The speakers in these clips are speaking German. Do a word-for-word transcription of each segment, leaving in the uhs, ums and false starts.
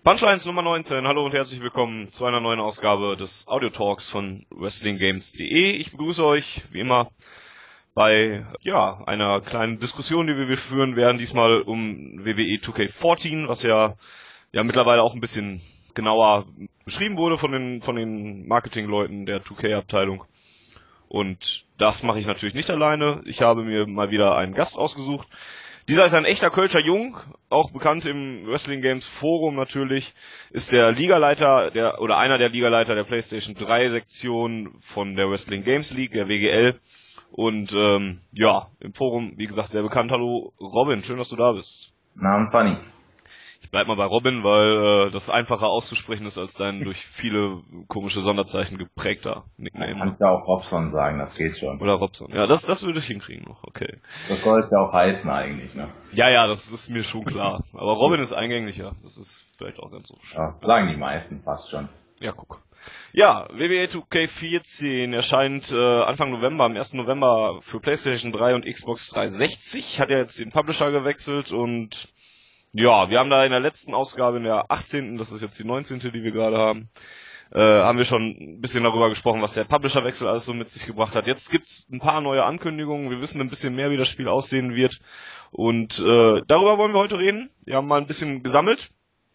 Punchlines Nummer neunzehn, hallo und herzlich willkommen zu einer neuen Ausgabe des Audio Talks von Wrestling Games punkt de. Ich begrüße euch, wie immer, bei ja einer kleinen Diskussion, die wir führen werden, diesmal um W W E zwei K vierzehn, was ja ja mittlerweile auch ein bisschen genauer beschrieben wurde von den von den Marketingleuten der zwei K-Abteilung. Und das mache ich natürlich nicht alleine. Ich habe mir mal wieder einen Gast ausgesucht. Dieser ist ein echter Kölscher Jung, auch bekannt im Wrestling Games Forum natürlich, ist der Ligaleiter, der oder einer der Ligaleiter der PlayStation drei Sektion von der Wrestling Games League, der W G L. Und ähm, ja, im Forum, wie gesagt, sehr bekannt. Hallo Robin, schön, dass du da bist. Namen Funny. Ich bleib mal bei Robin, weil äh, das einfacher auszusprechen ist als dein durch viele komische Sonderzeichen geprägter Nickname. Du kannst ja auch Robson sagen, das geht schon. Oder Robson. Ja, das das würde ich hinkriegen noch, okay. Das soll es ja auch heißen eigentlich, ne? Ja, ja, das ist mir schon klar. Aber Robin ist eingänglicher. Das ist vielleicht auch ganz so schön. Ja, sagen die meisten fast schon. Ja, guck. Ja, W W E zwei K vierzehn erscheint äh, Anfang November, am ersten November für PlayStation drei und Xbox dreihundertsechzig. Hat ja jetzt den Publisher gewechselt und ja, wir haben da in der letzten Ausgabe, in der achtzehnten, das ist jetzt die neunzehnte, die wir gerade haben, äh, haben wir schon ein bisschen darüber gesprochen, was der Publisher-Wechsel alles so mit sich gebracht hat. Jetzt gibt's ein paar neue Ankündigungen, wir wissen ein bisschen mehr, wie das Spiel aussehen wird und äh, darüber wollen wir heute reden. Wir haben mal ein bisschen gesammelt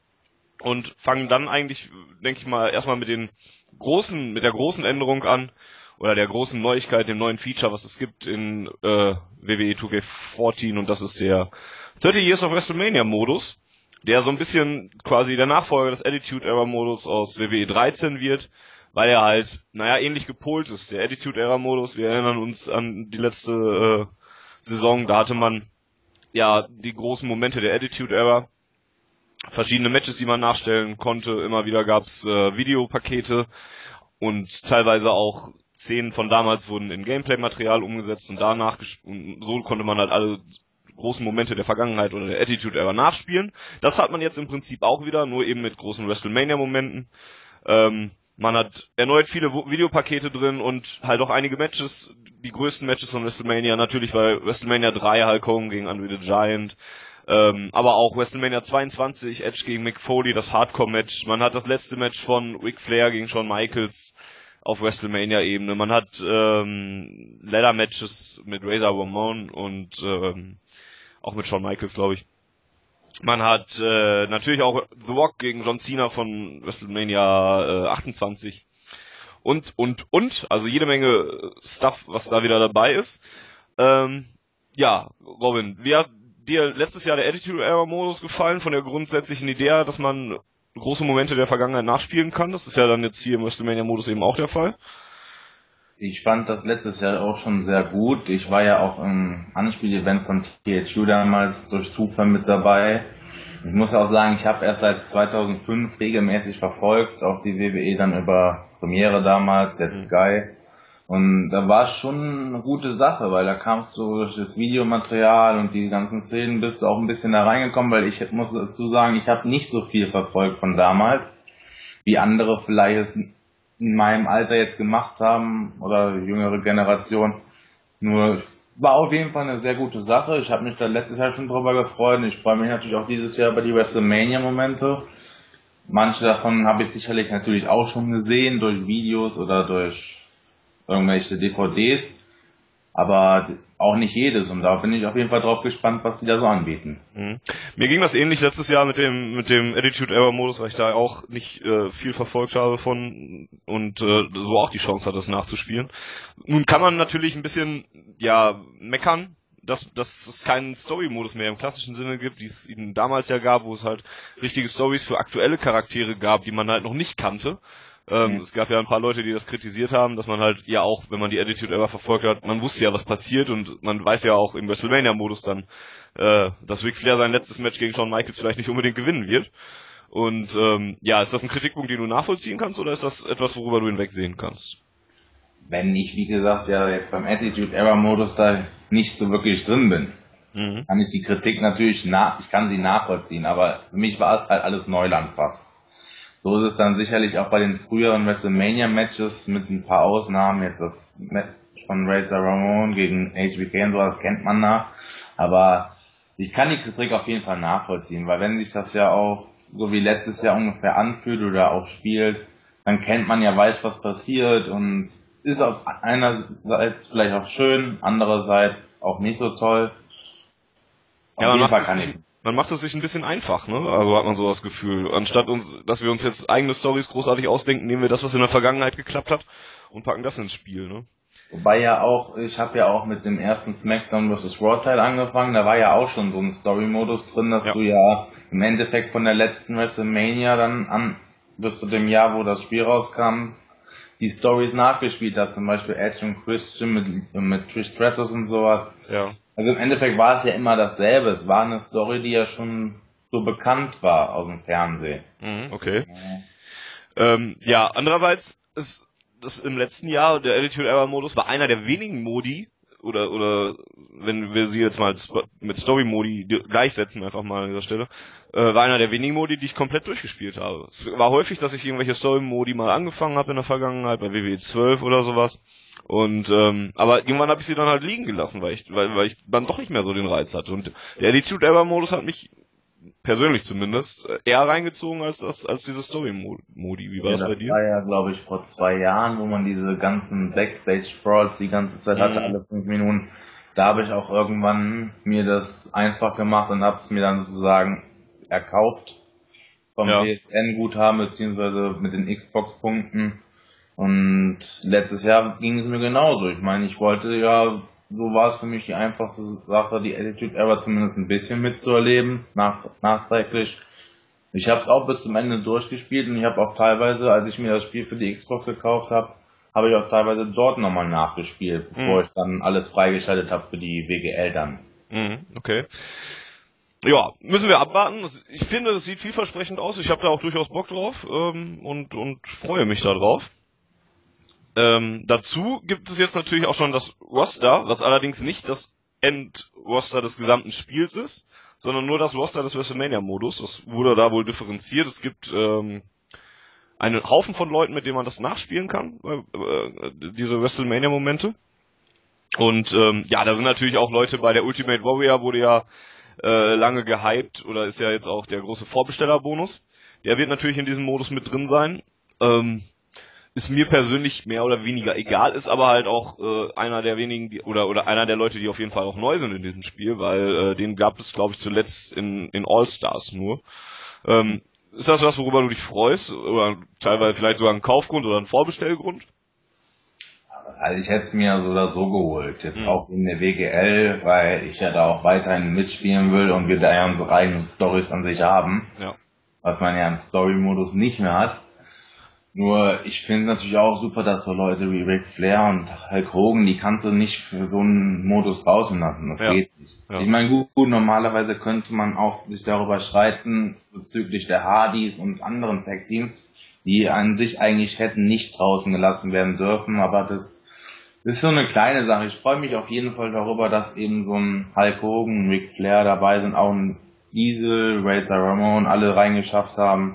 und fangen dann eigentlich, denke ich mal, erstmal mit den großen, mit der großen Änderung an oder der großen Neuigkeit, dem neuen Feature, was es gibt in äh, W W E zwei K vierzehn, und das ist der dreißig Years of WrestleMania Modus, der so ein bisschen quasi der Nachfolger des Attitude Era Modus aus W W E dreizehn wird, weil er halt, naja, ähnlich gepolt ist. Der Attitude Era Modus, wir erinnern uns an die letzte äh, Saison, da hatte man ja die großen Momente der Attitude Era, verschiedene Matches, die man nachstellen konnte, immer wieder gab's äh, Videopakete und teilweise auch Szenen von damals wurden in Gameplay-Material umgesetzt und danach ges- und so konnte man halt alle großen Momente der Vergangenheit oder der Attitude Era nachspielen. Das hat man jetzt im Prinzip auch wieder, nur eben mit großen WrestleMania-Momenten. Ähm, man hat erneut viele Videopakete drin und halt auch einige Matches, die größten Matches von WrestleMania, natürlich bei WrestleMania drei Hulk Hogan gegen Andre the Giant, ähm, aber auch WrestleMania zweiundzwanzig, Edge gegen Mick Foley, das Hardcore-Match. Man hat das letzte Match von Ric Flair gegen Shawn Michaels auf WrestleMania-Ebene. Man hat ähm, Ladder-Matches mit Razor Ramon und ähm, auch mit Shawn Michaels, glaube ich. Man hat äh, natürlich auch The Rock gegen John Cena von WrestleMania äh, achtundzwanzig und, und, und. Also jede Menge Stuff, was da wieder dabei ist. Ähm, ja, Robin, wie hat dir letztes Jahr der Attitude Era Modus gefallen, von der grundsätzlichen Idee, dass man große Momente der Vergangenheit nachspielen kann? Das ist ja dann jetzt hier im WrestleMania Modus eben auch der Fall. Ich fand das letztes Jahr auch schon sehr gut. Ich war ja auch im Anspiel-Event von T H U damals durch Zufall mit dabei. Ich muss auch sagen, ich habe erst seit zweitausendfünf regelmäßig verfolgt, auch die W W E dann über Premiere damals, jetzt Mhm. Sky. Und da war es schon eine gute Sache, weil da kamst du durch das Videomaterial und die ganzen Szenen bist du auch ein bisschen da reingekommen, weil ich muss dazu sagen, ich habe nicht so viel verfolgt von damals, wie andere vielleicht es in meinem Alter jetzt gemacht haben oder jüngere Generation. Nur war auf jeden Fall eine sehr gute Sache. Ich habe mich da letztes Jahr schon drüber gefreut und ich freue mich natürlich auch dieses Jahr über die WrestleMania-Momente. Manche davon habe ich sicherlich natürlich auch schon gesehen durch Videos oder durch irgendwelche D V Ds, aber auch nicht jedes, und da bin ich auf jeden Fall drauf gespannt, was die da so anbieten. Mhm. Mir ging das ähnlich letztes Jahr mit dem mit dem Attitude Era Modus, weil ich da auch nicht äh, viel verfolgt habe von und äh, so auch die Chance hatte, das nachzuspielen. Nun kann man natürlich ein bisschen ja meckern, dass dass es keinen Story-Modus mehr im klassischen Sinne gibt, wie es ihn damals ja gab, wo es halt richtige Stories für aktuelle Charaktere gab, die man halt noch nicht kannte. Ähm, Mhm. Es gab ja ein paar Leute, die das kritisiert haben, dass man halt ja auch, wenn man die Attitude Era verfolgt hat, man wusste ja, was passiert, und man weiß ja auch im WrestleMania-Modus dann, äh, dass Ric Flair sein letztes Match gegen Shawn Michaels vielleicht nicht unbedingt gewinnen wird. Und ähm, ja, ist das ein Kritikpunkt, den du nachvollziehen kannst, oder ist das etwas, worüber du hinwegsehen kannst? Wenn ich, wie gesagt, ja jetzt beim Attitude Era Modus da nicht so wirklich drin bin, Mhm. kann ich die Kritik natürlich nach, ich kann sie nachvollziehen, aber für mich war es halt alles Neuland fast. So ist es dann sicherlich auch bei den früheren WrestleMania-Matches mit ein paar Ausnahmen. Jetzt das Match von Razor Ramon gegen H B K und so, das kennt man da. Aber ich kann die Kritik auf jeden Fall nachvollziehen, weil wenn sich das ja auch so wie letztes Jahr ungefähr anfühlt oder auch spielt, dann kennt man ja, weiß, was passiert und ist aus einerseits vielleicht auch schön, andererseits auch nicht so toll. Auf ja, jeden Fall kann ich. Man macht es sich ein bisschen einfach, ne? Also hat man so das Gefühl. Anstatt uns, dass wir uns jetzt eigene Storys großartig ausdenken, nehmen wir das, was in der Vergangenheit geklappt hat und packen das ins Spiel, ne? Wobei ja auch, ich habe ja auch mit dem ersten SmackDown versus. Raw Teil angefangen, da war ja auch schon so ein Story-Modus drin, dass ja. du ja im Endeffekt von der letzten WrestleMania dann an, bis zu dem Jahr, wo das Spiel rauskam, die Stories nachgespielt hast, zum Beispiel Edge und Christian mit, mit Trish Stratus und sowas. Ja. Also im Endeffekt war es ja immer dasselbe, es war eine Story, die ja schon so bekannt war aus dem Fernsehen. Mhm, okay. Ja, ähm, ja andererseits ist das im letzten Jahr, der Attitude Era Modus war einer der wenigen Modi, oder, oder, wenn wir sie jetzt mal mit Story Modi gleichsetzen, einfach mal an dieser Stelle, äh, war einer der wenigen Modi, die ich komplett durchgespielt habe. Es war häufig, dass ich irgendwelche Story Modi mal angefangen habe in der Vergangenheit, bei W W E zwölf oder sowas. Und, ähm, aber irgendwann habe ich sie dann halt liegen gelassen, weil ich, weil, weil ich dann doch nicht mehr so den Reiz hatte. Und der Attitude Era Modus hat mich, persönlich zumindest, eher reingezogen als das, als diese Story-Modi. Wie war ja, das bei dir? Das war ja, glaube ich, vor zwei Jahren, wo man diese ganzen Backstage-Sprawls die ganze Zeit hatte, mhm. alle fünf Minuten. Da habe ich auch irgendwann mir das einfach gemacht und habe es mir dann sozusagen erkauft vom ja. P S N-Guthaben beziehungsweise mit den Xbox-Punkten. Und letztes Jahr ging es mir genauso. Ich meine, ich wollte ja, so war es für mich die einfachste Sache, die Attitude Era zumindest ein bisschen mitzuerleben, nach, nachträglich. Ich habe es auch bis zum Ende durchgespielt und ich habe auch teilweise, als ich mir das Spiel für die Xbox gekauft habe, habe ich auch teilweise dort nochmal nachgespielt, bevor mhm. ich dann alles freigeschaltet habe für die W G L dann. Mhm, okay. Ja, müssen wir abwarten. Ich finde, das sieht vielversprechend aus. Ich habe da auch durchaus Bock drauf ähm, und, und freue mich da drauf. Ähm, dazu gibt es jetzt natürlich auch schon das Roster, was allerdings nicht das Endroster des gesamten Spiels ist, sondern nur das Roster des WrestleMania-Modus. Das wurde da wohl differenziert. Es gibt ähm, einen Haufen von Leuten, mit denen man das nachspielen kann, äh, äh, diese WrestleMania-Momente. Und ähm, ja, da sind natürlich auch Leute bei der Ultimate Warrior, wurde ja äh, lange gehypt, oder ist ja jetzt auch der große Vorbestellerbonus. Der wird natürlich in diesem Modus mit drin sein. Ähm, ist mir persönlich mehr oder weniger egal, ist aber halt auch äh, einer der wenigen, die, oder oder einer der Leute, die auf jeden Fall auch neu sind in diesem Spiel, weil äh, den gab es, glaube ich, zuletzt in in All-Stars nur. Ähm, ist das was, worüber du dich freust? Oder teilweise vielleicht sogar ein Kaufgrund oder ein Vorbestellgrund? Also ich hätte es mir so oder so geholt, jetzt mhm. auch in der W G L, weil ich ja da auch weiterhin mitspielen will und wir da ja unsere eigenen Storys an sich haben, ja. was man ja im Story-Modus nicht mehr hat. Nur, ich finde es natürlich auch super, dass so Leute wie Ric Flair und Hulk Hogan, die kannst du nicht für so einen Modus draußen lassen. Das ja. geht nicht. Ja. Ich meine, gut, gut, normalerweise könnte man auch sich darüber streiten, bezüglich der Hardys und anderen Tag-Teams, die an sich eigentlich hätten nicht draußen gelassen werden dürfen, aber das ist so eine kleine Sache. Ich freue mich auf jeden Fall darüber, dass eben so ein Hulk Hogan, Ric Flair dabei sind, auch ein Diesel, Razor Ramon alle reingeschafft haben.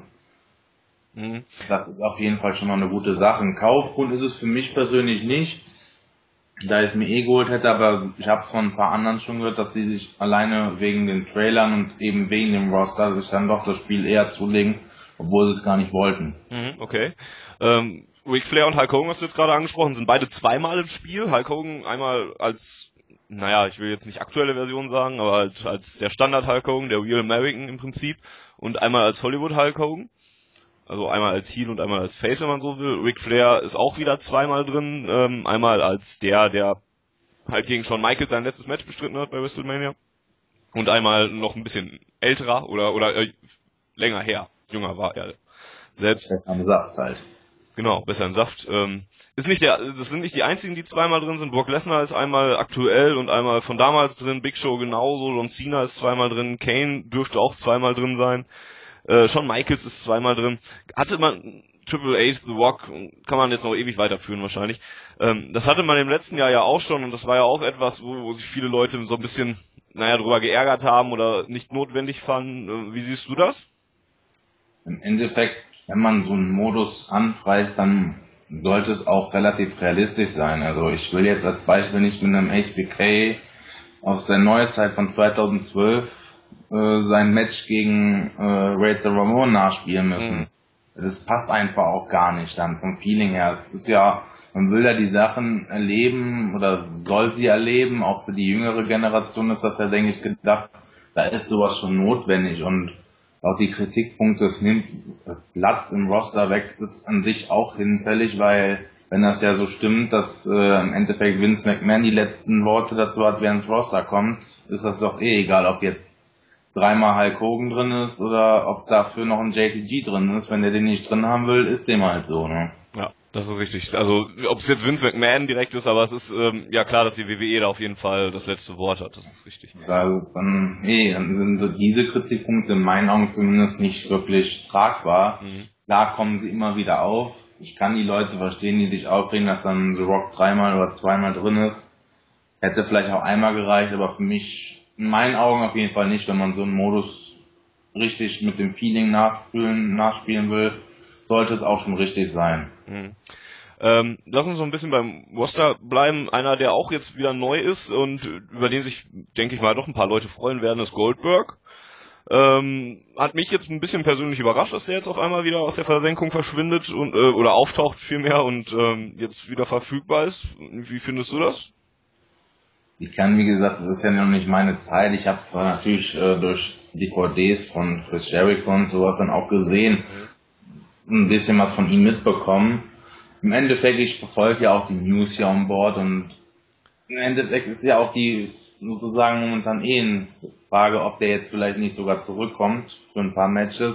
Das ist auf jeden Fall schon mal eine gute Sache. Ein Kaufgrund ist es für mich persönlich nicht, da ich es mir eh geholt hätte, aber ich habe es von ein paar anderen schon gehört, dass sie sich alleine wegen den Trailern und eben wegen dem Roster sich dann doch das Spiel eher zulegen, obwohl sie es gar nicht wollten. Mhm, okay. Ähm, Ric Flair und Hulk Hogan, hast du jetzt gerade angesprochen, sind beide zweimal im Spiel. Hulk Hogan einmal als, naja, ich will jetzt nicht aktuelle Version sagen, aber halt als der Standard Hulk Hogan, der Real American im Prinzip, und einmal als Hollywood Hulk Hogan. Also einmal als Heel und einmal als Face, wenn man so will. Ric Flair ist auch wieder zweimal drin. Ähm, einmal als der, der halt gegen Shawn Michaels sein letztes Match bestritten hat bei WrestleMania. Und einmal noch ein bisschen älterer oder oder äh, länger her. Jünger war er selbst. Besser im Saft halt. Genau, besser im Saft. Ähm, ist nicht der, das sind nicht die einzigen, die zweimal drin sind. Brock Lesnar ist einmal aktuell und einmal von damals drin. Big Show genauso. John Cena ist zweimal drin. Kane dürfte auch zweimal drin sein. Äh, Shawn Michaels ist zweimal drin. Hatte man Triple H, The Rock, kann man jetzt noch ewig weiterführen wahrscheinlich. Ähm, das hatte man im letzten Jahr ja auch schon und das war ja auch etwas, wo, wo sich viele Leute so ein bisschen, naja, drüber geärgert haben oder nicht notwendig fanden. Äh, wie siehst du das? Im Endeffekt, wenn man so einen Modus anpreist, dann sollte es auch relativ realistisch sein. Also ich will jetzt als Beispiel nicht mit einem H B K aus der Neuzeit von zweitausendzwölf äh, sein Match gegen äh, Razor Ramon nachspielen müssen. Mhm. Das passt einfach auch gar nicht dann vom Feeling her. Es ist ja, man will ja die Sachen erleben oder soll sie erleben, auch für die jüngere Generation ist das ja, denke ich, gedacht, da ist sowas schon notwendig und auch die Kritikpunkte, es nimmt Platz im Roster weg, ist an sich auch hinfällig, weil wenn das ja so stimmt, dass äh, im Endeffekt Vince McMahon die letzten Worte dazu hat, wer ins Roster kommt, ist das doch eh egal, ob jetzt dreimal Hulk Hogan drin ist oder ob dafür noch ein J T G drin ist. Wenn der den nicht drin haben will, ist dem halt so, ne? Ja, das ist richtig. Also, ob es jetzt Vince McMahon direkt ist, aber es ist ähm, ja klar, dass die W W E da auf jeden Fall das letzte Wort hat. Das ist richtig. Also, dann, nee, dann sind so diese Kritikpunkte in meinen Augen zumindest nicht wirklich tragbar. Mhm. Klar kommen sie immer wieder auf. Ich kann die Leute verstehen, die sich aufregen, dass dann The Rock dreimal oder zweimal drin ist. Hätte vielleicht auch einmal gereicht, aber für mich in meinen Augen auf jeden Fall nicht, wenn man so einen Modus richtig mit dem Feeling nachspielen, nachspielen will, sollte es auch schon richtig sein. Mhm. Ähm, lass uns so ein bisschen beim Roster bleiben. Einer, der auch jetzt wieder neu ist und über den sich, denke ich mal, doch ein paar Leute freuen werden, ist Goldberg. Ähm, hat mich jetzt ein bisschen persönlich überrascht, dass der jetzt auf einmal wieder aus der Versenkung verschwindet und äh, oder auftaucht vielmehr und ähm, jetzt wieder verfügbar ist. Wie findest du das? Ich kann, wie gesagt, das ist ja noch nicht meine Zeit. Ich habe zwar natürlich äh, durch D V Ds von Chris Jericho und sowas dann auch gesehen, mhm. ein bisschen was von ihm mitbekommen. Im Endeffekt, ich verfolge ja auch die News hier on board und im Endeffekt ist ja auch die sozusagen momentan eh eine Frage, ob der jetzt vielleicht nicht sogar zurückkommt für ein paar Matches.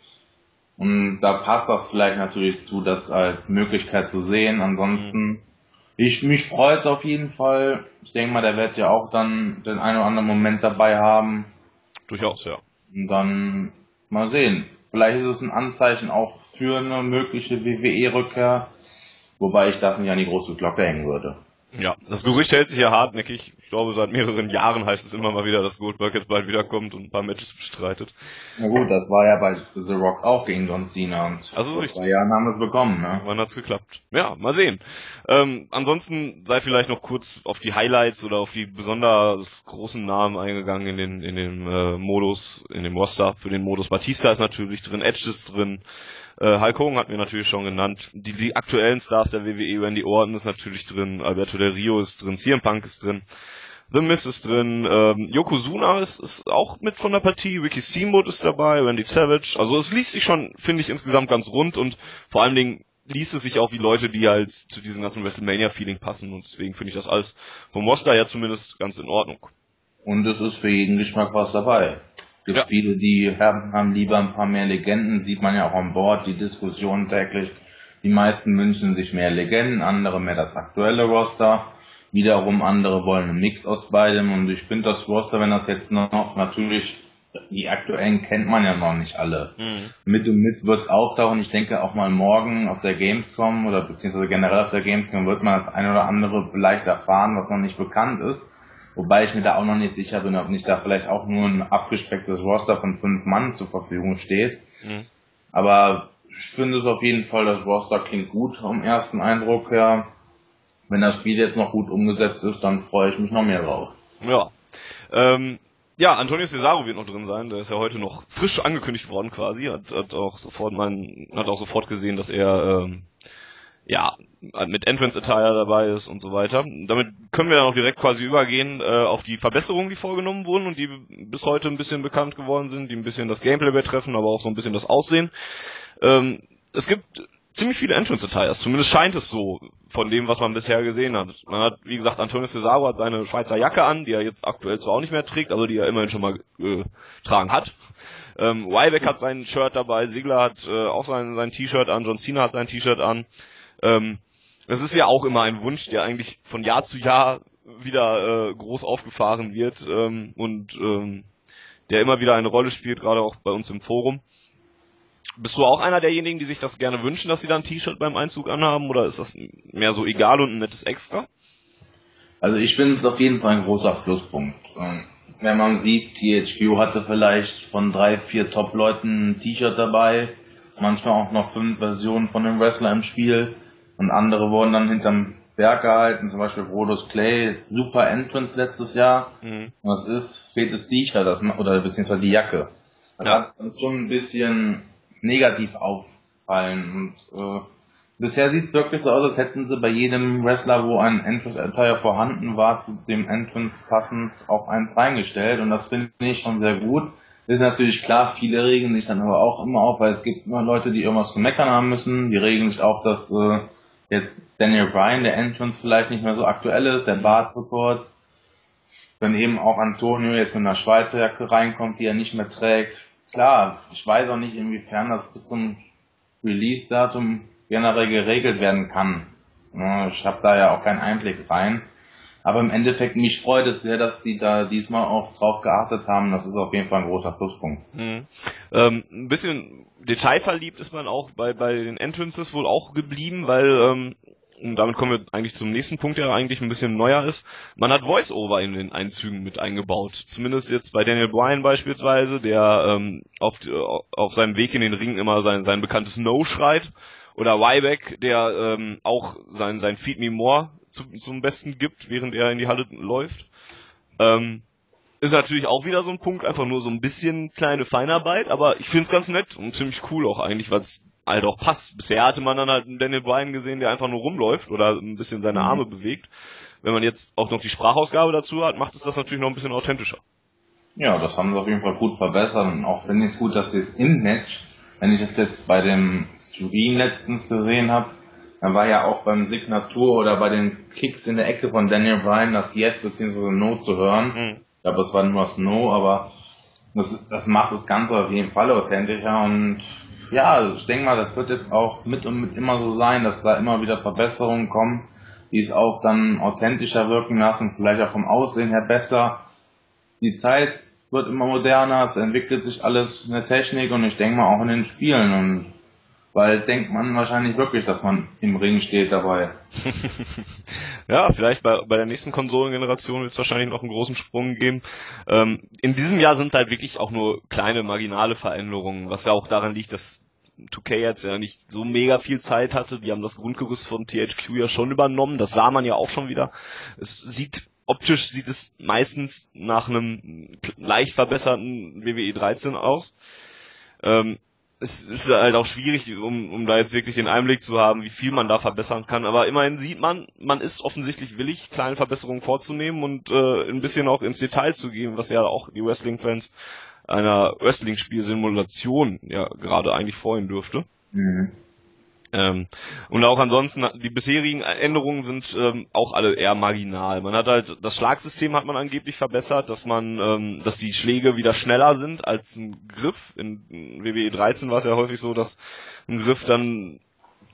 Und da passt das vielleicht natürlich zu, das als Möglichkeit zu sehen. Ansonsten, mhm. ich mich freut auf jeden Fall. Ich denke mal, der wird ja auch dann den einen oder anderen Moment dabei haben. Durchaus, ja. Und dann mal sehen. Vielleicht ist es ein Anzeichen auch für eine mögliche W W E-Rückkehr, wobei ich das nicht an die große Glocke hängen würde. Ja, das Gerücht hält sich ja hartnäckig. Ich glaube, seit mehreren Jahren heißt es immer mal wieder, dass Goldberg jetzt bald wiederkommt und ein paar Matches bestreitet. Na gut, das war ja bei The Rock auch gegen John Cena und also vor zwei Jahren haben wir es bekommen, ne? Wann hat's geklappt? Ja, mal sehen. Ähm, ansonsten sei vielleicht noch kurz auf die Highlights oder auf die besonders großen Namen eingegangen in den in dem äh, Modus, in dem Roster. Für den Modus Batista ist natürlich drin, Edge ist drin, äh, Hulk Hogan hatten wir natürlich schon genannt. Die, die aktuellen Stars der W W E, Randy Orton ist natürlich drin, Alberto Del Rio ist drin, C M Punk ist drin. The Miz ist drin, ähm, Yokozuna ist, ist auch mit von der Partie, Ricky Steamboat ist dabei, Randy Savage, also es liest sich schon, finde ich, insgesamt ganz rund und vor allen Dingen liest es sich auch wie Leute, die halt zu diesem ganzen WrestleMania-Feeling passen und deswegen finde ich das alles vom Roster ja zumindest ganz in Ordnung. Und es ist für jeden Geschmack was dabei. Es gibt ja. viele, die haben, haben lieber ein paar mehr Legenden, sieht man ja auch an Bord, die Diskussion täglich. Die meisten wünschen sich mehr Legenden, andere mehr das aktuelle Roster. Wiederum andere wollen einen Mix aus beidem und ich finde das Roster, wenn das jetzt noch, natürlich, die aktuellen kennt man ja noch nicht alle. Mhm. Mit und mit wird es auftauchen, ich denke auch mal morgen auf der Gamescom oder beziehungsweise generell auf der Gamescom wird man das eine oder andere vielleicht erfahren, was noch nicht bekannt ist. Wobei ich mir da auch noch nicht sicher bin, ob nicht da vielleicht auch nur ein abgespecktes Roster von fünf Mann zur Verfügung steht. Mhm. Aber ich finde es auf jeden Fall, das Roster klingt gut vom ersten Eindruck her. Wenn das Spiel jetzt noch gut umgesetzt ist, dann freue ich mich noch mehr drauf. Ja. Ähm, ja, Antonio Cesaro wird noch drin sein. Der ist ja heute noch frisch angekündigt worden quasi. Hat, hat auch sofort man hat auch sofort gesehen, dass er ähm, ja mit Entrance Attire dabei ist und so weiter. Damit können wir dann auch direkt quasi übergehen äh, auf die Verbesserungen, die vorgenommen wurden und die bis heute ein bisschen bekannt geworden sind, die ein bisschen das Gameplay betreffen, aber auch so ein bisschen das Aussehen. Ähm, es gibt ziemlich viele Entrance-Attires, zumindest scheint es so, von dem, was man bisher gesehen hat. Man hat, wie gesagt, Antonio Cesaro hat seine Schweizer Jacke an, die er jetzt aktuell zwar auch nicht mehr trägt, aber die er immerhin schon mal äh, tragen hat. Ähm, Ryback hat sein Shirt dabei, Ziggler hat äh, auch sein, sein T-Shirt an, John Cena hat sein T-Shirt an. Ähm, das ist ja auch immer ein Wunsch, der eigentlich von Jahr zu Jahr wieder äh, groß aufgefahren wird ähm, und ähm, der immer wieder eine Rolle spielt, gerade auch bei uns im Forum. Bist du auch einer derjenigen, die sich das gerne wünschen, dass sie da ein T-Shirt beim Einzug anhaben, oder ist das mehr so egal und ein nettes Extra? Also ich finde es auf jeden Fall ein großer Pluspunkt. Wenn man sieht, T H Q hatte vielleicht von drei, vier Top-Leuten ein T-Shirt dabei, manchmal auch noch fünf Versionen von dem Wrestler im Spiel und andere wurden dann hinterm Werke halten, zum Beispiel Brodus Clay, super Entrance letztes Jahr. Mhm. Und das ist, fehlt das T-Shirt, das, oder beziehungsweise die Jacke. Das Ja. hat uns schon ein bisschen negativ auffallen. Und äh, bisher sieht es wirklich so aus, als hätten sie bei jedem Wrestler, wo ein Entrance-Attire vorhanden war, zu dem Entrance passend auch eins reingestellt. Und das finde ich schon sehr gut. Ist natürlich klar, viele regen sich dann aber auch immer auf, weil es gibt immer Leute, die irgendwas zu meckern haben müssen. Die regen sich auf, dass äh, jetzt Daniel Bryan, der Entrance vielleicht nicht mehr so aktuell ist, der Bart zu kurz. Wenn eben auch Antonio jetzt mit einer Schweizer Jacke reinkommt, die er nicht mehr trägt. Klar, ich weiß auch nicht, inwiefern das bis zum Release-Datum generell geregelt werden kann. Ich habe da ja auch keinen Einblick rein. Aber im Endeffekt, mich freut es sehr, dass die da diesmal auch drauf geachtet haben. Das ist auf jeden Fall ein großer Pluspunkt. Mhm. Ähm, ein bisschen detailverliebt ist man auch bei, bei den Entrances wohl auch geblieben, weil, ähm, und damit kommen wir eigentlich zum nächsten Punkt, der eigentlich ein bisschen neuer ist. Man hat Voice-Over in den Einzügen mit eingebaut. Zumindest jetzt bei Daniel Bryan beispielsweise, der ähm, auf, auf seinem Weg in den Ring immer sein, sein bekanntes No schreit. Oder Ryback, der ähm, auch sein, sein Feed Me More zu, zum Besten gibt, während er in die Halle läuft. Ähm, ist natürlich auch wieder so ein Punkt, einfach nur so ein bisschen kleine Feinarbeit, aber ich finde es ganz nett und ziemlich cool auch eigentlich, weil es halt auch passt. Bisher hatte man dann halt einen Daniel Bryan gesehen, der einfach nur rumläuft oder ein bisschen seine Arme bewegt. Wenn man jetzt auch noch die Sprachausgabe dazu hat, macht es das natürlich noch ein bisschen authentischer. Ja, das haben sie auf jeden Fall gut verbessert und auch finde ich es gut, dass sie es im Match, wenn ich es jetzt bei dem Stream letztens gesehen habe, dann war ja auch beim Signatur oder bei den Kicks in der Ecke von Daniel Bryan das Yes bzw. No zu hören. Mhm. Ich glaube, das war nur das No, aber das, das macht das Ganze auf jeden Fall authentischer und ja, ich denke mal, das wird jetzt auch mit und mit immer so sein, dass da immer wieder Verbesserungen kommen, die es auch dann authentischer wirken lassen, vielleicht auch vom Aussehen her besser. Die Zeit wird immer moderner, es entwickelt sich alles in der Technik und ich denke mal auch in den Spielen und weil denkt man wahrscheinlich wirklich, dass man im Ring steht dabei. Ja, vielleicht bei, bei der nächsten Konsolengeneration wird es wahrscheinlich noch einen großen Sprung geben. Ähm, in diesem Jahr sind es halt wirklich auch nur kleine, marginale Veränderungen, was ja auch daran liegt, dass zwei K jetzt ja nicht so mega viel Zeit hatte. Die haben das Grundgerüst von T H Q ja schon übernommen, das sah man ja auch schon wieder. Es sieht optisch sieht es meistens nach einem leicht verbesserten W W E dreizehn aus. Ähm, es ist halt auch schwierig, um, um da jetzt wirklich den Einblick zu haben, wie viel man da verbessern kann. Aber immerhin sieht man, man ist offensichtlich willig, kleine Verbesserungen vorzunehmen und äh, ein bisschen auch ins Detail zu gehen, was ja auch die Wrestling-Fans einer Wrestling-Spielsimulation ja gerade eigentlich freuen dürfte. Mhm. Ähm, und auch ansonsten, die bisherigen Änderungen sind ähm, auch alle eher marginal. Man hat halt, das Schlagsystem hat man angeblich verbessert, dass man, ähm, dass die Schläge wieder schneller sind als ein Griff. In W W E dreizehn war es ja häufig so, dass ein Griff dann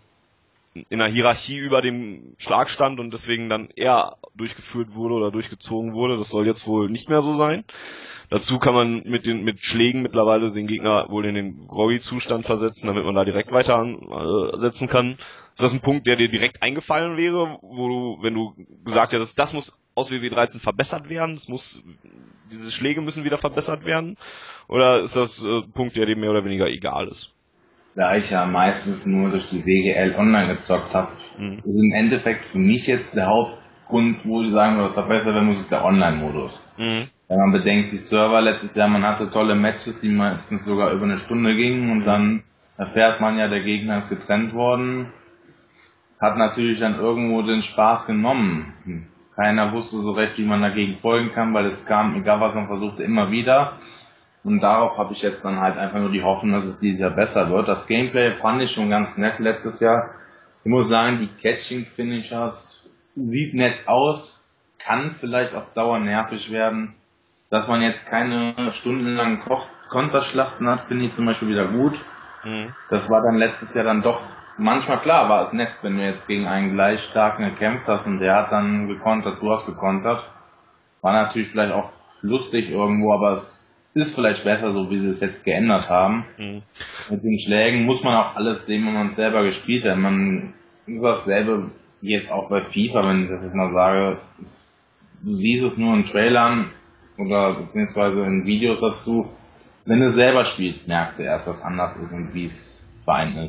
in der Hierarchie über dem Schlag stand und deswegen dann eher durchgeführt wurde oder durchgezogen wurde. Das soll jetzt wohl nicht mehr so sein. Dazu kann man mit den mit Schlägen mittlerweile den Gegner wohl in den Groggy-Zustand versetzen, damit man da direkt weiter ansetzen kann. Ist das ein Punkt, der dir direkt eingefallen wäre, wo du, wenn du gesagt hättest, das muss aus W W E dreizehn verbessert werden, es muss, diese Schläge müssen wieder verbessert werden? Oder ist das äh, ein Punkt, der dir mehr oder weniger egal ist? Da ich ja meistens nur durch die W G L online gezockt habe, Mhm. ist im Endeffekt für mich jetzt der Hauptgrund, wo ich sagen würde, was verbessert werden muss, ist der Online-Modus. Mhm. Wenn man bedenkt, die Server letztes Jahr, man hatte tolle Matches, die meistens sogar über eine Stunde gingen und dann erfährt man ja, der Gegner ist getrennt worden. Hat natürlich dann irgendwo den Spaß genommen. Keiner wusste so recht, wie man dagegen folgen kann, weil es kam, egal was man versuchte, immer wieder. Und darauf habe ich jetzt dann halt einfach nur die Hoffnung, dass es dieses Jahr besser wird. Das Gameplay fand ich schon ganz nett letztes Jahr. Ich muss sagen, die Catching-Finishers sieht nett aus, kann vielleicht auf Dauer nervig werden. Dass man jetzt keine stundenlangen Koch- Konterschlachten hat, finde ich zum Beispiel wieder gut. Mhm. Das war dann letztes Jahr dann doch, manchmal klar war es nett, wenn du jetzt gegen einen gleich starken gekämpft hast und der hat dann gekontert, du hast gekontert. War natürlich vielleicht auch lustig irgendwo, aber es ist vielleicht besser, so wie sie es jetzt geändert haben. Mhm. Mit den Schlägen muss man auch alles sehen, wenn man es selber gespielt hat. Man ist dasselbe wie jetzt auch bei FIFA, wenn ich das jetzt mal sage. Es, du siehst es nur in Trailern oder beziehungsweise in Videos dazu. Wenn du selber spielst, merkst du erst, was anders ist und wie es fein ist.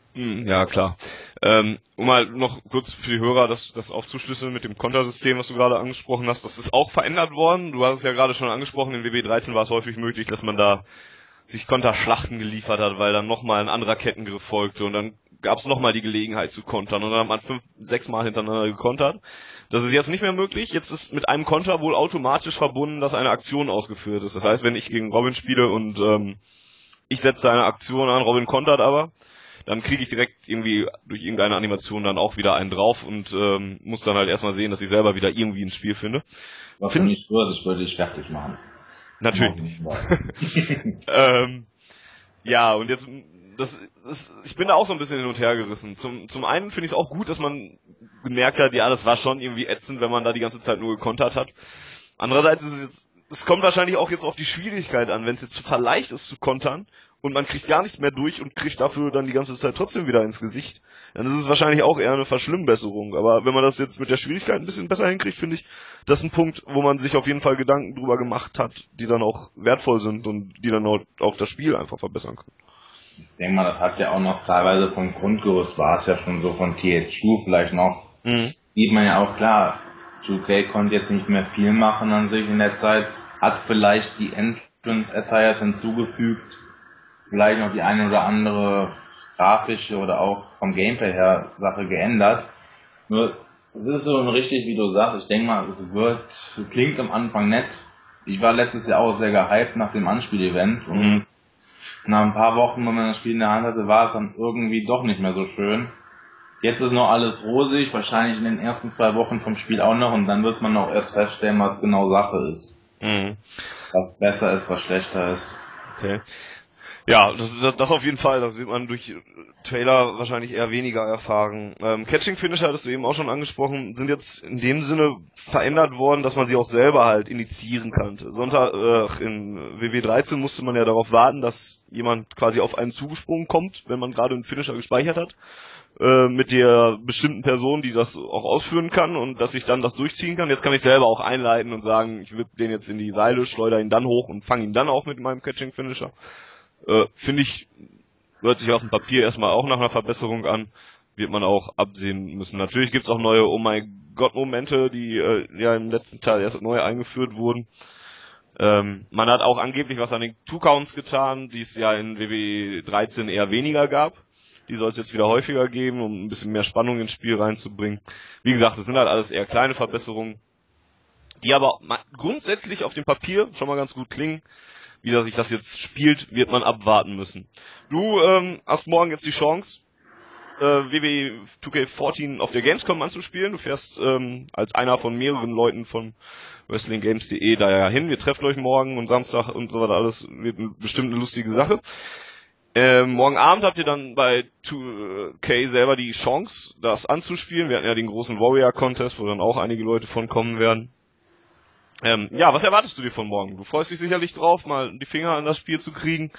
Ja, klar. Ähm, um mal noch kurz für die Hörer das, das aufzuschlüsseln mit dem Kontersystem, was du gerade angesprochen hast, das ist auch verändert worden. Du hast es ja gerade schon angesprochen, in W W dreizehn war es häufig möglich, dass man da sich Konterschlachten geliefert hat, weil dann nochmal ein anderer Kettengriff folgte und dann gab es nochmal die Gelegenheit zu kontern und dann hat man fünf, sechs Mal hintereinander gekontert. Das ist jetzt nicht mehr möglich. Jetzt ist mit einem Konter wohl automatisch verbunden, dass eine Aktion ausgeführt ist. Das heißt, wenn ich gegen Robin spiele und ähm, ich setze eine Aktion an, Robin kontert aber, dann kriege ich direkt irgendwie durch irgendeine Animation dann auch wieder einen drauf und ähm, muss dann halt erstmal sehen, dass ich selber wieder irgendwie ins Spiel finde. Was du nicht würdest, würde ich fertig machen. Natürlich. ähm, ja, und jetzt, das, das, ich bin da auch so ein bisschen hin und her gerissen. Zum, zum einen finde ich es auch gut, dass man gemerkt hat, ja, das war schon irgendwie ätzend, wenn man da die ganze Zeit nur gekontert hat. Andererseits ist es jetzt, es kommt wahrscheinlich auch jetzt auf die Schwierigkeit an, wenn es jetzt total leicht ist zu kontern und man kriegt gar nichts mehr durch und kriegt dafür dann die ganze Zeit trotzdem wieder ins Gesicht, dann ist es wahrscheinlich auch eher eine Verschlimmbesserung. Aber wenn man das jetzt mit der Schwierigkeit ein bisschen besser hinkriegt, finde ich, das ist ein Punkt, wo man sich auf jeden Fall Gedanken drüber gemacht hat, die dann auch wertvoll sind und die dann auch, auch das Spiel einfach verbessern können. Ich denke mal, das hat ja auch noch teilweise vom Grundgerüst, war es ja schon so von T H Q vielleicht noch, mhm. Sieht man ja auch klar, zwei K konnte jetzt nicht mehr viel machen an sich in der Zeit, hat vielleicht die Entrance Attires hinzugefügt, vielleicht noch die eine oder andere grafische oder auch vom Gameplay her Sache geändert. Nur, es ist so richtig, wie du sagst, ich denke mal, es wird, es klingt am Anfang nett. Ich war letztes Jahr auch sehr gehypt nach dem Anspiel-Event und mhm. nach ein paar Wochen, wenn man das Spiel in der Hand hatte, war es dann irgendwie doch nicht mehr so schön. Jetzt ist noch alles rosig, wahrscheinlich in den ersten zwei Wochen vom Spiel auch noch und dann wird man auch erst feststellen, was genau Sache ist. Mhm. Was besser ist, was schlechter ist. Okay. Ja, das, das auf jeden Fall, das wird man durch Trailer wahrscheinlich eher weniger erfahren. Ähm, Catching Finisher, hattest du eben auch schon angesprochen, sind jetzt in dem Sinne verändert worden, dass man sie auch selber halt initiieren kann. Sonntag, äh, in W W dreizehn musste man ja darauf warten, dass jemand quasi auf einen zugesprungen kommt, wenn man gerade einen Finisher gespeichert hat, äh, mit der bestimmten Person, die das auch ausführen kann und dass ich dann das durchziehen kann. Jetzt kann ich selber auch einleiten und sagen, ich wippe den jetzt in die Seile, schleudere ihn dann hoch und fange ihn dann auch mit meinem Catching Finisher. Äh, finde ich, hört sich auf dem Papier erstmal auch nach einer Verbesserung an, wird man auch absehen müssen. Natürlich gibt's auch neue Oh mein Gott Momente, die äh, ja im letzten Teil erst neu eingeführt wurden. Ähm, man hat auch angeblich was an den Two-Counts getan, die es ja in W W dreizehn eher weniger gab. Die soll es jetzt wieder häufiger geben, um ein bisschen mehr Spannung ins Spiel reinzubringen. Wie gesagt, das sind halt alles eher kleine Verbesserungen, die aber grundsätzlich auf dem Papier schon mal ganz gut klingen. Wie sich das jetzt spielt, wird man abwarten müssen. Du ähm, hast morgen jetzt die Chance, äh, W W zwei K vierzehn auf der Gamescom anzuspielen. Du fährst ähm, als einer von mehreren Leuten von Wrestling Games punkt de da ja hin. Wir treffen euch morgen und Samstag und so weiter. Alles wird bestimmt eine lustige Sache. Ähm, morgen Abend habt ihr dann bei zwei K selber die Chance, das anzuspielen. Wir hatten ja den großen Warrior Contest, wo dann auch einige Leute von kommen werden. Ähm, ja, was erwartest du dir von morgen? Du freust dich sicherlich drauf, mal die Finger an das Spiel zu kriegen.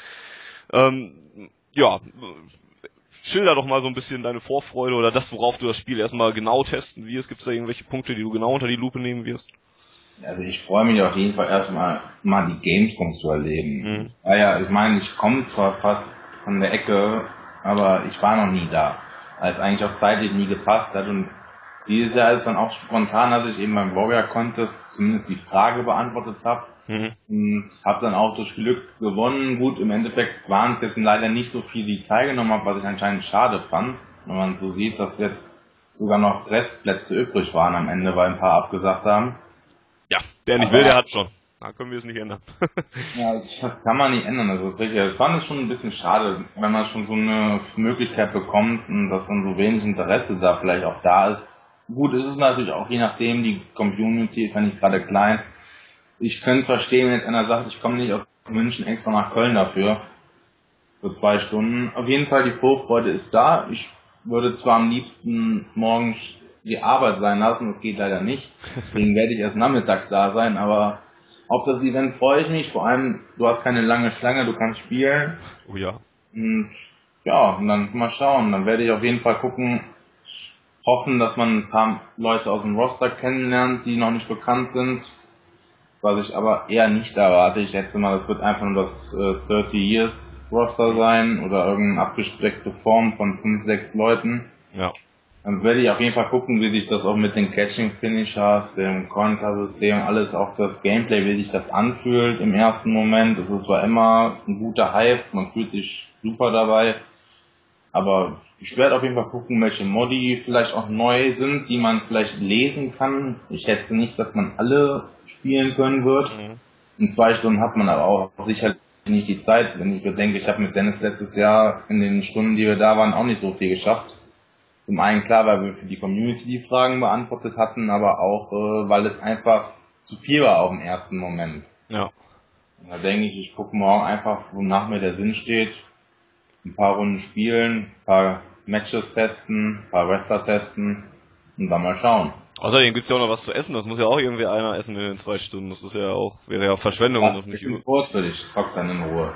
Ähm, ja, schilder doch mal so ein bisschen deine Vorfreude oder das, worauf du das Spiel erstmal genau testen wirst. Gibt es da irgendwelche Punkte, die du genau unter die Lupe nehmen wirst? Also ich freue mich auf jeden Fall erstmal mal die Gamescom zu erleben. Mhm. Ah ja, ich meine, ich komme zwar fast von der Ecke, aber ich war noch nie da, weil es eigentlich auch zeitlich nie gepasst hat und dieses Jahr ist dann auch spontan, dass ich eben beim Warrior Contest zumindest die Frage beantwortet habe. Mhm. Und habe dann auch durch Glück gewonnen. Gut, im Endeffekt waren es jetzt leider nicht so viele, die teilgenommen haben, was ich anscheinend schade fand. Wenn man so sieht, dass jetzt sogar noch Restplätze übrig waren am Ende, weil ein paar abgesagt haben. Ja, der nicht Aber, will, der hat schon. Da können wir es nicht ändern. Ja, das kann man nicht ändern. Also ich fand es schon ein bisschen schade, wenn man schon so eine Möglichkeit bekommt und dass dann so wenig Interesse da vielleicht auch da ist. Gut, ist es natürlich auch je nachdem, die Community ist ja nicht gerade klein. Ich könnte es verstehen, wenn jetzt einer sagt, ich komme nicht aus München extra nach Köln dafür. Für zwei Stunden. Auf jeden Fall, die Vorfreude ist da. Ich würde zwar am liebsten morgens die Arbeit sein lassen, das geht leider nicht. Deswegen werde ich erst nachmittags da sein, aber auf das Event freue ich mich. Vor allem, du hast keine lange Schlange, du kannst spielen. Oh ja. Und ja, und dann mal schauen. Dann werde ich auf jeden Fall gucken, hoffen, dass man ein paar Leute aus dem Roster kennenlernt, die noch nicht bekannt sind. Was ich aber eher nicht erwarte. Ich schätze mal, das wird einfach nur das äh, thirty Years Roster sein oder irgendeine abgespeckte Form von fünf, sechs Leuten. Ja. Dann werde ich auf jeden Fall gucken, wie sich das auch mit den Catching Finishers, dem Kontersystem, alles, auch das Gameplay, wie sich das anfühlt im ersten Moment. Es ist zwar immer ein guter Hype, man fühlt sich super dabei, aber ich werde auf jeden Fall gucken, welche Modi vielleicht auch neu sind, die man vielleicht lesen kann. Ich schätze nicht, dass man alle spielen können wird. Mhm. In zwei Stunden hat man aber auch sicherlich nicht die Zeit. Wenn ich bedenke, ich habe mit Dennis letztes Jahr in den Stunden, die wir da waren, auch nicht so viel geschafft. Zum einen klar, weil wir für die Community die Fragen beantwortet hatten, aber auch, äh, weil es einfach zu viel war auf den ersten Moment. Ja. Und da denke ich, ich gucke morgen einfach, wonach mir der Sinn steht. Ein paar Runden spielen, ein paar Matches testen, ein paar Wrestler testen und dann mal schauen. Außerdem gibt's ja auch noch was zu essen, das muss ja auch irgendwie einer essen in den zwei Stunden. Das ist ja auch, wäre ja Verschwendung, wenn das nicht über. Kurs für dich, zock dann in Ruhe.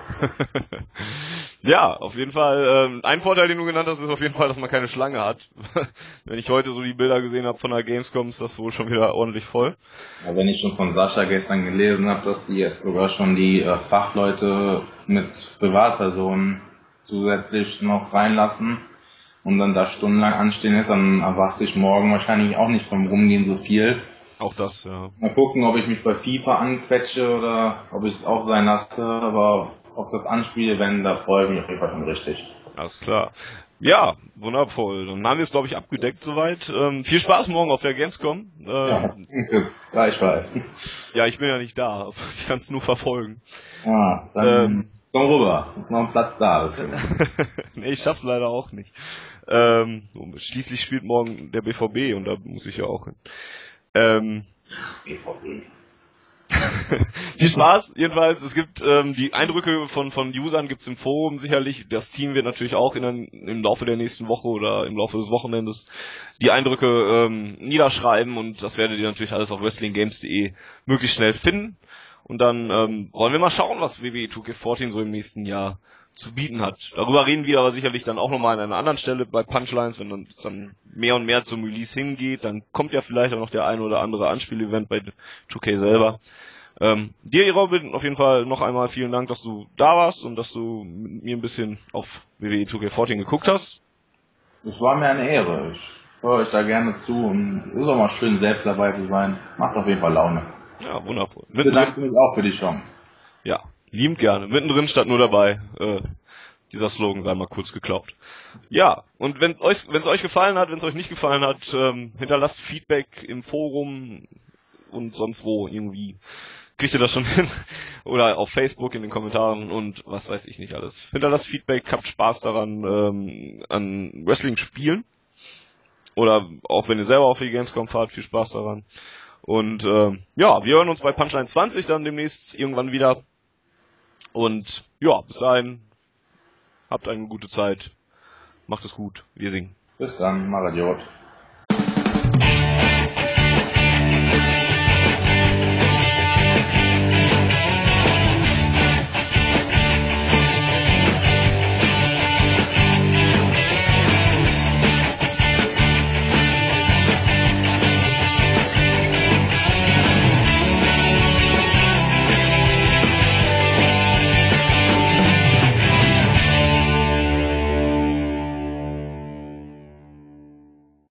Ja, auf jeden Fall. Ähm, ein Vorteil, den du genannt hast, ist auf jeden Fall, dass man keine Schlange hat. Wenn ich heute so die Bilder gesehen habe von der Gamescom, ist das wohl schon wieder ordentlich voll. Ja, wenn ich schon von Sascha gestern gelesen habe, dass die jetzt sogar schon die äh, Fachleute mit Privatpersonen zusätzlich noch reinlassen und dann da stundenlang anstehen ist, dann erwarte ich morgen wahrscheinlich auch nicht vom Rumgehen so viel. Auch das, ja. Mal gucken, ob ich mich bei FIFA anquetsche oder ob ich es auch sein lasse, aber auf das Anspiel-Event, da freue ich mich auf jeden Fall schon richtig. Alles klar. Ja, wundervoll. Dann haben wir es, glaube ich, abgedeckt soweit. Ähm, viel Spaß morgen auf der Gamescom. Ähm, ja, danke. Ja, ich weiß. Ja, ich bin ja nicht da. Ich kann es nur verfolgen. Ah, dann ähm, komm rüber. Ist noch ein Platz da. Nee, ich schaff's leider auch nicht. Ähm, schließlich spielt morgen der B V B und da muss ich ja auch hin. Ähm, B V B. Viel Spaß, jedenfalls. Es gibt ähm, die Eindrücke von von Usern gibt's im Forum sicherlich. Das Team wird natürlich auch in den, im Laufe der nächsten Woche oder im Laufe des Wochenendes die Eindrücke ähm, niederschreiben und das werdet ihr natürlich alles auf wrestling games punkt de möglichst schnell finden. Und dann ähm, wollen wir mal schauen, was W W E zwei K vierzehn so im nächsten Jahr zu bieten hat. Darüber reden wir aber sicherlich dann auch nochmal an einer anderen Stelle bei Punchlines, wenn dann, dann mehr und mehr zum Release hingeht, dann kommt ja vielleicht auch noch der ein oder andere Anspielevent bei zwei K selber. Ähm, dir, Robin, auf jeden Fall noch einmal vielen Dank, dass du da warst und dass du mit mir ein bisschen auf W W E zwei K vierzehn geguckt hast. Es war mir eine Ehre. Ich höre euch da gerne zu und es ist auch mal schön, selbst dabei zu sein. Macht auf jeden Fall Laune. Ja, wundervoll. Ich bedanke mich auch für die Chance. Ja, liebend gerne. Mittendrin statt nur dabei. Äh, dieser Slogan sei mal kurz geklaut. Ja, und wenn euch, wenn es euch gefallen hat, wenn es euch nicht gefallen hat, ähm, hinterlasst Feedback im Forum und sonst wo irgendwie. Kriegt ihr das schon hin? Oder auf Facebook in den Kommentaren und was weiß ich nicht alles. Hinterlasst Feedback, habt Spaß daran, ähm, an Wrestling spielen. Oder auch wenn ihr selber auf die Gamescom fahrt, viel Spaß daran. Und ähm, ja, wir hören uns bei Punchline zwanzig dann demnächst irgendwann wieder. Und ja, bis dahin, habt eine gute Zeit. Macht es gut. Wir singen. Bis dann, Maradiot.